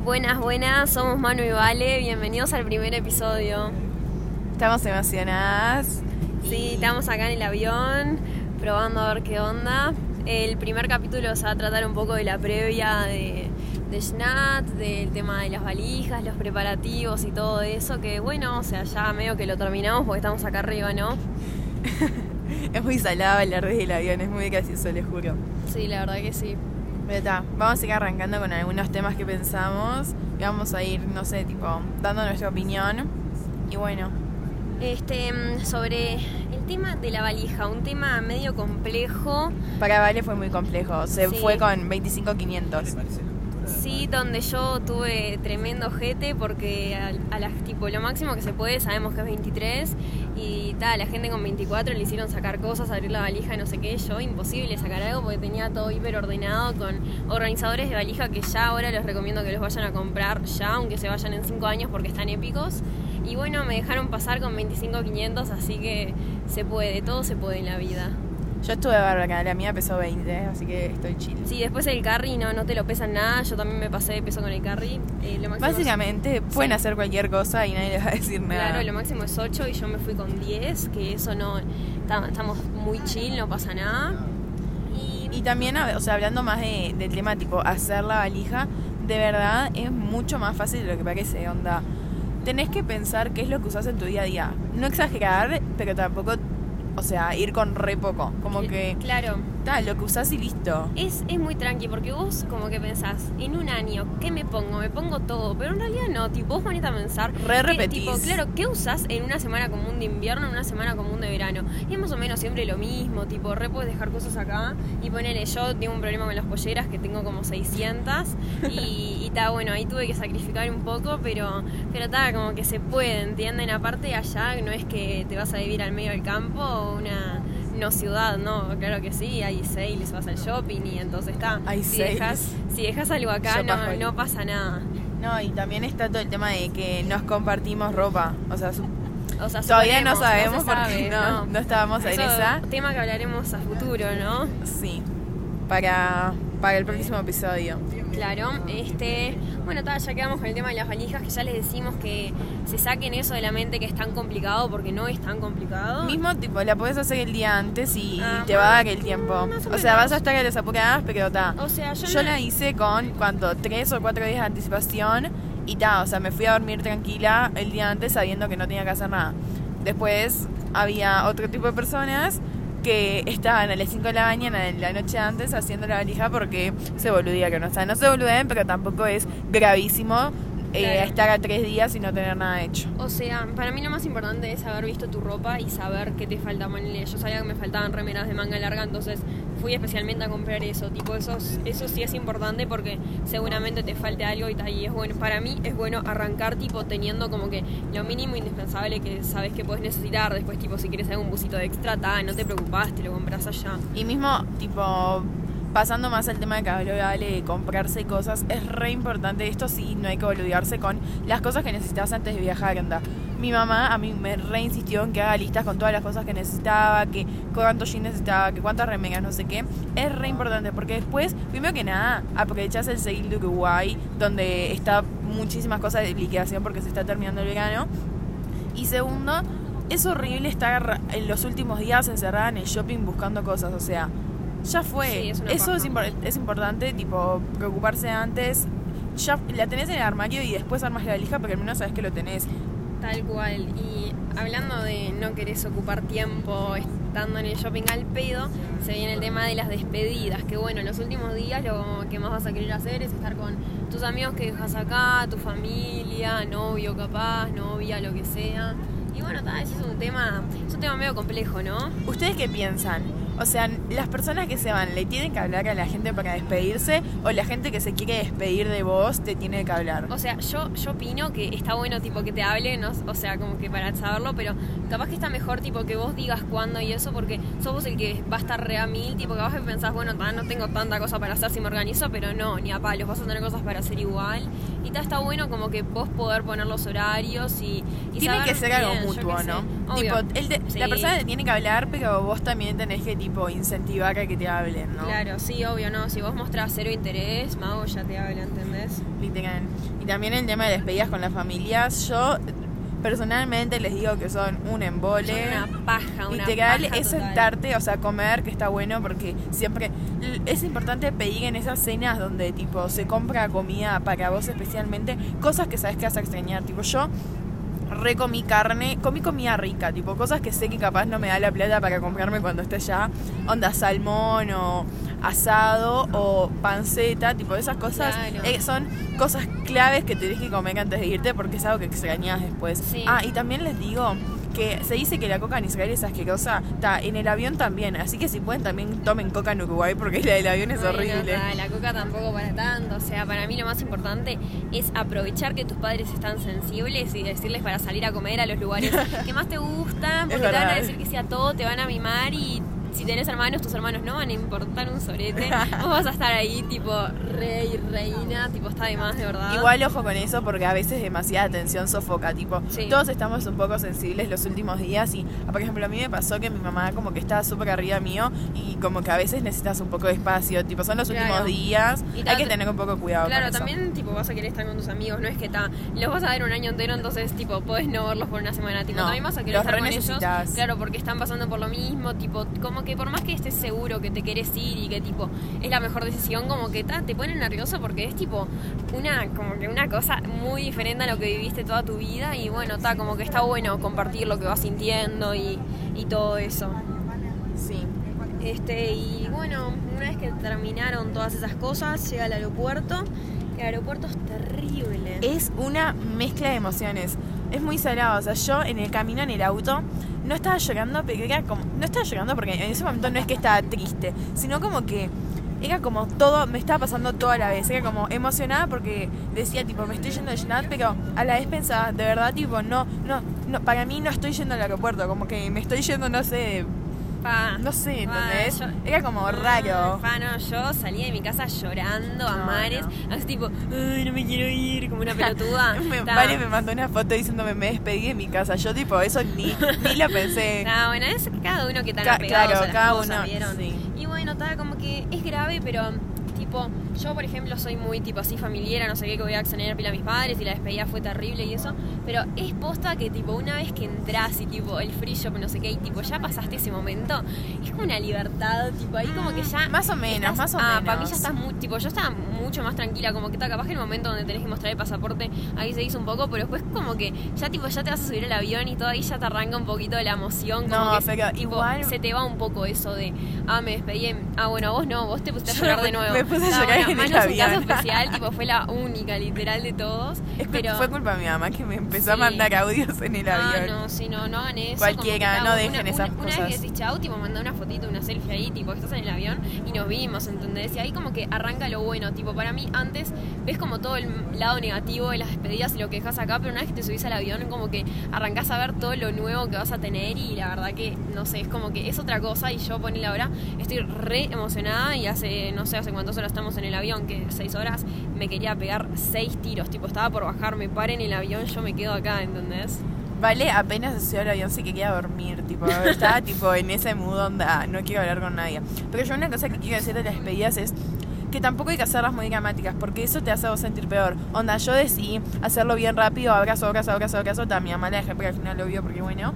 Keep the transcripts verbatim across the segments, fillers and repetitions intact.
Buenas, buenas, somos Manu y Vale, bienvenidos al primer episodio. Estamos emocionadas. Sí, y... estamos acá en el avión, probando a ver qué onda. El primer capítulo se va a tratar un poco de la previa de, de Schnat, del tema de las valijas, los preparativos y todo eso, que bueno, o sea, ya medio que lo terminamos porque estamos acá arriba, ¿no? Es muy salado hablar desde el avión, es muy gracioso, les juro. Sí, la verdad que sí. Pero está, vamos a ir arrancando con algunos temas que pensamos y vamos a ir, no sé, tipo, dando nuestra opinión. Y bueno. Este, sobre el tema de la valija, un tema medio complejo. Para Vale fue muy complejo, se sí. fue con veinticinco quinientos. Sí, donde yo tuve tremendo jete porque a, a las, tipo, lo máximo que se puede sabemos que es veintitrés y tal, la gente con veinticuatro le hicieron sacar cosas, abrir la valija y no sé qué, yo imposible sacar algo porque tenía todo hiper ordenado con organizadores de valija que ya ahora les recomiendo que los vayan a comprar ya, aunque se vayan en cinco años porque están épicos. Y bueno, me dejaron pasar con veinticinco quinientos, así que se puede, todo se puede en la vida. Yo estuve bárbara, la mía pesó veinte, así que estoy chill. Sí, después el carry no, no te lo pesan nada, yo también me pasé de peso con el carry. Eh, lo Básicamente es... pueden sí. hacer cualquier cosa y nadie les va a decir nada. Claro, lo máximo es ocho y yo me fui con diez, que eso no, estamos muy chill, no pasa nada. Y, y también, o sea, hablando más de, del tema tipo hacer la valija, de verdad es mucho más fácil de lo que parece, onda. Tenés que pensar qué es lo que usás en tu día a día. No exagerar, pero tampoco, o sea, ir con re poco. Como que... Claro. Tal, lo que usás y listo. Es, es muy tranqui, porque vos como que pensás, en un año, ¿qué me pongo? Me pongo todo, pero en realidad no, tipo, vos ponés a pensar... Re repetís. Tipo, claro, ¿qué usás en una semana común de invierno, en una semana común de verano? Y es más o menos siempre lo mismo, tipo, re puedes dejar cosas acá y ponele, yo tengo un problema con las polleras, que tengo como seiscientas, y está bueno, ahí tuve que sacrificar un poco, pero pero está, como que se puede, ¿entienden? Aparte allá no es que te vas a vivir al medio del campo o una... No ciudad, no, claro que sí, hay sales, vas al shopping y entonces está. Hay si sales. dejas, si dejas algo acá no, no pasa nada. No, y también está todo el tema de que nos compartimos ropa. O sea, su... o sea todavía suponemos, no sabemos no porque sabe, no, no. no estábamos en Eso, esa. Tema que hablaremos a futuro, ¿no? Sí, para, para el próximo episodio. Claro, este, bueno, ta, ya quedamos con el tema de las valijas, que ya les decimos que se saquen eso de la mente que es tan complicado, porque no es tan complicado. Mismo tipo, la podés hacer el día antes y ah, te va a dar el tiempo. O, o sea, vas a estar a las apuradas, pero ta. O sea, yo, yo no... la hice con, ¿cuánto? Tres o cuatro días de anticipación y ta, o sea, me fui a dormir tranquila el día antes sabiendo que no tenía que hacer nada. Después había otro tipo de personas que estaban a las cinco de la mañana de la noche antes haciendo la valija porque se boludía que no, o sea, no se boludeen, pero tampoco es gravísimo eh, claro. estar a tres días y no tener nada hecho. O sea, para mí lo más importante es haber visto tu ropa y saber qué te falta. Yo sabía que me faltaban remeras de manga larga, entonces fui especialmente a comprar eso. Tipo, eso, eso sí es importante porque seguramente te falte algo y, y es bueno. Para mí es bueno arrancar tipo teniendo como que lo mínimo indispensable que sabes que puedes necesitar. Después, tipo, si quieres algún busito de extra, ta, no te preocupás, te lo compras allá. Y mismo, tipo, pasando más al tema de que habló Vale de comprarse cosas, es re importante, esto sí, no hay que boludearse con las cosas que necesitas antes de viajar, anda. Mi mamá a mí me re insistió en que haga listas con todas las cosas que necesitaba, que cuántos jeans necesitaba, que cuántas remeras, no sé qué. Es re importante porque después, primero que nada, aprovechás el sale de Uruguay, donde está muchísimas cosas de liquidación porque se está terminando el verano. Y segundo, es horrible estar en los últimos días encerrada en el shopping buscando cosas, o sea... Ya fue, sí, es eso es, impor- es importante, tipo, preocuparse antes. Ya la tenés en el armario y después armas la valija porque al menos sabes que lo tenés. Tal cual, y hablando de no querés ocupar tiempo estando en el shopping al pedo, se viene el tema de las despedidas, que bueno, en los últimos días lo que más vas a querer hacer es estar con tus amigos que dejas acá, tu familia, novio capaz, novia, lo que sea. Y bueno, ta, ese es un tema, es un tema medio complejo, ¿no? ¿Ustedes qué piensan? O sea, las personas que se van, ¿le tienen que hablar a la gente para despedirse? ¿O la gente que se quiere despedir de vos te tiene que hablar? O sea, yo, yo opino que está bueno tipo que te hablen, ¿no? O sea, como que para saberlo, pero capaz que está mejor tipo que vos digas cuándo y eso, porque sos vos el que va a estar re a mil, tipo que vas a pensás, bueno, ta, no tengo tanta cosa para hacer si me organizo, pero no, ni a palos, vas a tener cosas para hacer igual. Y ta, está bueno como que vos poder poner los horarios y, y tiene saber que ser algo bien, mutuo, ¿no? Obvio. Tipo, el de, Sí. la persona te tiene que hablar, pero vos también tenés que tipo incentivar a que te hablen, ¿no? Claro, sí, obvio, no. Si vos mostrás cero interés, Mago ya te habla, ¿entendés? literal. Y también el tema de despedidas con las familias, yo personalmente les digo que son un embole. Son una paja, una literal, paja es total. sentarte, o sea, comer, que está bueno porque siempre es importante pedir en esas cenas donde tipo se compra comida para vos especialmente, cosas que sabes que vas a extrañar. Tipo, yo re comí carne, comí comida rica, tipo cosas que sé que capaz no me da la plata para comprarme cuando esté allá, onda salmón o asado o panceta, tipo esas cosas. Claro. eh, son cosas claves que tenés que comer antes de irte porque es algo que extrañas después. Sí. Ah, y también les digo que se dice que la coca en Israel es asquerosa, está en el avión también, así que si pueden también tomen coca en Uruguay porque la del avión es Bueno, horrible. ta, la coca tampoco para tanto, o sea, para mí lo más importante es aprovechar que tus padres están sensibles y decirles para salir a comer a los lugares que más te gustan, porque te van a decir que sí a todo, te van a mimar y si tenés hermanos, tus hermanos no van a importar un sorete. Vos vas a estar ahí tipo rey, reina, tipo está de más, de verdad. Igual ojo con eso porque a veces demasiada atención sofoca, tipo, Sí. todos estamos un poco sensibles los últimos días y, por ejemplo, a mí me pasó que mi mamá como que estaba súper arriba mío y como que a veces necesitas un poco de espacio, tipo, son los Claro. últimos días, Y hay ta- que tener un poco de cuidado Claro, con eso. también tipo vas a querer estar con tus amigos, no es que ta, los vas a ver un año entero, entonces tipo podés no verlos por una semana, tipo No, también vas a querer los estar re con ellos, necesitas. claro, porque están pasando por lo mismo, tipo, como que por más que estés seguro que te querés ir y que tipo es la mejor decisión, como que ta, te pone nervioso porque es tipo una, como que una cosa muy diferente a lo que viviste toda tu vida y bueno, ta, como que está bueno compartir lo que vas sintiendo y, y todo eso. Sí. Este, y bueno, una vez que terminaron todas esas cosas, llega al aeropuerto. El aeropuerto es terrible. Es una mezcla de emociones. Es muy salado. O sea, yo en el camino en el auto no estaba llorando, pero era como. No estaba llorando porque en ese momento no es que estaba triste, sino como que era como todo, me estaba pasando todo a la vez. Era como emocionada porque decía, tipo, me estoy yendo de Shenat, pero a la vez pensaba, de verdad, tipo, no, no, no, para mí no estoy yendo al aeropuerto, como que me estoy yendo, no sé. Pa, No sé, pa, ¿entendés? yo- Era como raro. Pa, no, yo salí de mi casa llorando a No, mares, no. así tipo, ay, no me quiero ir, como una pelotuda. Me- Ta. Vale me mandó una foto diciéndome me despedí de mi casa. Yo tipo eso ni, ni lo pensé. Ta, bueno, es cada uno que tan Ca- apegados claro, a las cada cosas, uno, ¿vieron? sí. Y bueno, ta, como que es grave, pero tipo, yo por ejemplo soy muy tipo así familiar, no sé qué, que voy a extrañar pila a mis padres y la despedida fue terrible y eso, pero es posta que tipo una vez que entras y tipo el free shop, no sé qué, y tipo ya pasaste ese momento, es como una libertad, tipo ahí como que ya... Más o menos, estás- más o ah, menos. para mí ya estás muy, tipo, yo estaba mucho más tranquila, como que está capaz que el momento donde tenés que mostrar el pasaporte, ahí se hizo un poco, pero después como que ya tipo ya te vas a subir al avión y todo ahí ya te arranca un poquito de la emoción, como No, que pero tipo, igual- se te va un poco eso de, ah, me despedí, en- ah, bueno, vos no, vos te pusiste a Yo llorar me- de nuevo. me puse a Ah, llorar bueno, en Manu el es un caso avión. especial, tipo, fue la única, literal, de todos, Es que pero... fue culpa de mi mamá que me empezó a Sí. mandar audios en el Ah, avión. no, sí, no, no hagan eso. Cualquiera, como que, no ta, dejen una, esas una, cosas. Una vez que decís chau, tipo, mandá una fotito, una selfie ahí, tipo, que estás en el avión y nos vimos, ¿entendés? Y ahí como que arranca lo bueno, tipo, para mí antes ves como todo el lado negativo de las despedidas y lo que dejas acá, pero una vez que te subís al avión como que arrancás a ver todo lo nuevo que vas a tener y la verdad que, no sé, es como que es otra cosa y yo, ponele ahora, estoy re emocionada y hace, no sé, hace cuántas horas estamos en el avión, que seis horas, me quería pegar seis tiros, tipo, estaba por bajarme, paren el avión, yo me quedo acá, ¿entendés? Vale, apenas se subió al avión se quería dormir, tipo, estaba tipo en ese mood onda, no quiero hablar con nadie. Pero yo una cosa que quiero decir de las despedidas es que tampoco hay que hacerlas muy dramáticas, porque eso te hace a vos sentir peor. Onda, yo decidí hacerlo bien rápido, abrazo, abrazo, abrazo, abrazo, ta, mi mamá la dejé porque al final lo vio porque bueno.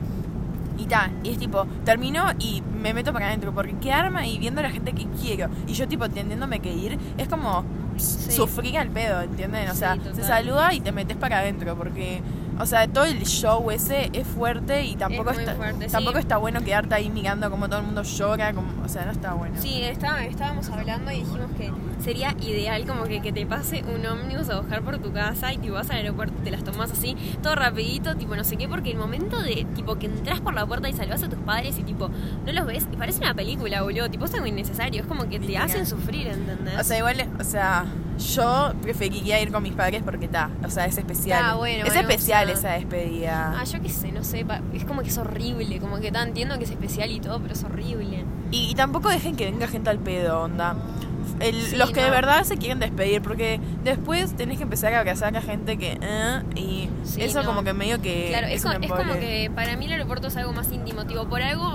Y ta, y es tipo, termino y me meto para adentro, porque quedarme ahí viendo a la gente que quiero, y yo tipo tendiéndome que ir, es como Sí. sufrir al pedo, ¿entienden? O Sí, sea, total. se saluda y te metes para adentro, porque, o sea, todo el show ese es fuerte y tampoco Es muy está fuerte, tampoco sí. está bueno quedarte ahí mirando como todo el mundo llora, como, o sea, no está bueno. Sí, estaba, estábamos hablando y dijimos que sería ideal como que, que te pase un ómnibus a buscar por tu casa y tipo vas al aeropuerto, te las tomás así, todo rapidito, tipo no sé qué, porque el momento de tipo que entras por la puerta y salvas a tus padres y tipo no los ves, y parece una película, boludo, tipo es algo innecesario, es como que te Literal. hacen sufrir, ¿entendés? O sea, igual, o sea, yo preferiría ir con mis padres porque está, o sea, es especial. Ah, bueno, es bueno, especial o sea, esa despedida. Ah, yo qué sé, no sé, pa- es como que es horrible, como que ta, entiendo que es especial y todo, pero es horrible. Y, y tampoco dejen que venga gente al pedo, onda. El- Sí, los que no. de verdad se quieren despedir, porque después tenés que empezar a abrazar a gente que... eh, y Sí, eso no. como que medio que Claro, es, un co- es como embole. que para mí el aeropuerto es algo más íntimo, tipo, por algo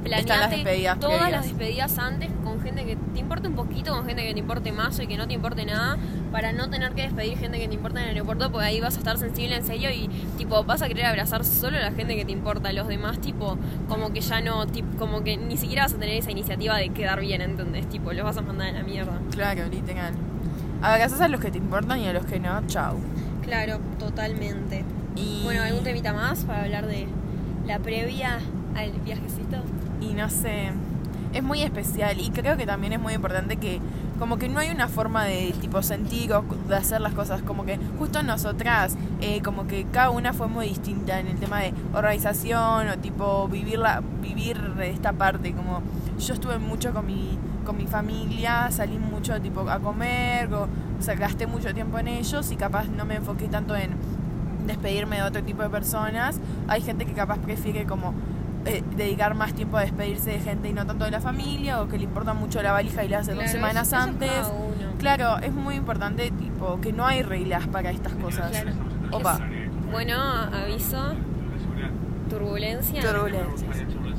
están las despedidas todas previas. las despedidas antes con gente que te importe un poquito, con gente que te importe más y que no te importe nada, para no tener que despedir gente que te importa en el aeropuerto, porque ahí vas a estar sensible en serio y tipo vas a querer abrazar solo a la gente que te importa. Los demás tipo como que ya no, tipo, como que ni siquiera vas a tener esa iniciativa de quedar bien, ¿entendés? Tipo, los vas a mandar a la mierda. Claro, literal. Abrazás a los que te importan y a los que no, chau. Claro, totalmente. Y... Bueno, ¿algún temita más para hablar de la previa al viajecito? Y no sé, es muy especial y creo que también es muy importante que como que no hay una forma de tipo sentir o de hacer las cosas, como que justo nosotras, eh, como que cada una fue muy distinta en el tema de organización o tipo vivir, la, vivir esta parte, como yo estuve mucho con mi, con mi familia, salí mucho tipo a comer, o, o sea, gasté mucho tiempo en ellos y capaz no me enfoqué tanto en despedirme de otro tipo de personas. Hay gente que capaz prefiere como eh, dedicar más tiempo a despedirse de gente y no tanto de la familia, o que le importa mucho la valija y la hace Claro, dos semanas eso- eso antes. cada uno. Claro, es muy importante tipo que no hay reglas para estas cosas. Claro. Opa, Bueno, aviso. Turbulencia. turbulencias.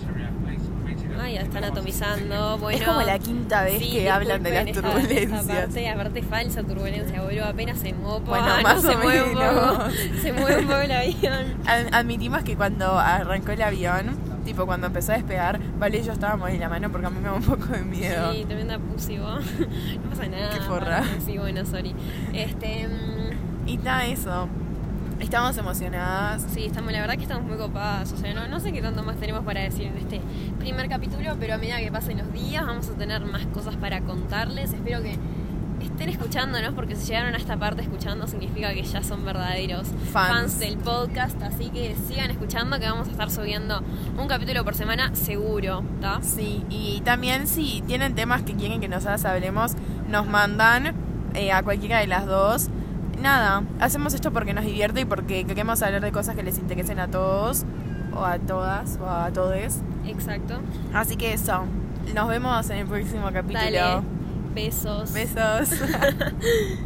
Ay, ya están atomizando. Bueno, Es como la quinta vez sí, que hablan de las disculpen esta- turbulencias. Esta parte, aparte falsa turbulencia, boludo. Apenas se mueve. Bueno, ah, más no, o se mueve un menos. poco. Se mueve un poco el avión. Ad- Admitimos que cuando arrancó el avión, tipo cuando empezó a despegar, Vale y yo estábamos en la mano porque a mí me da un poco de miedo. Sí, tremenda pussy, vos. No pasa nada. Qué forra. Vale, sí, bueno, sorry. Este. mm, Y nada, eso. Estamos emocionadas. Sí, estamos, la verdad que estamos muy copadas. O sea, no, no sé qué tanto más tenemos para decir en este primer capítulo, pero a medida que pasen los días vamos a tener más cosas para contarles. Espero que estén escuchándonos, porque si llegaron a esta parte escuchando significa que ya son verdaderos Fans. fans del podcast. Así que sigan escuchando, que vamos a estar subiendo un capítulo por semana seguro, ¿está? Sí, y también si tienen temas que quieren que nosotras hablemos, nos mandan eh, a cualquiera de las dos. Nada, hacemos esto porque nos divierte y porque queremos hablar de cosas que les interesen a todos, o a todas, o a todes. Exacto. Así que eso, nos vemos en el próximo capítulo. Dale. Besos. Besos.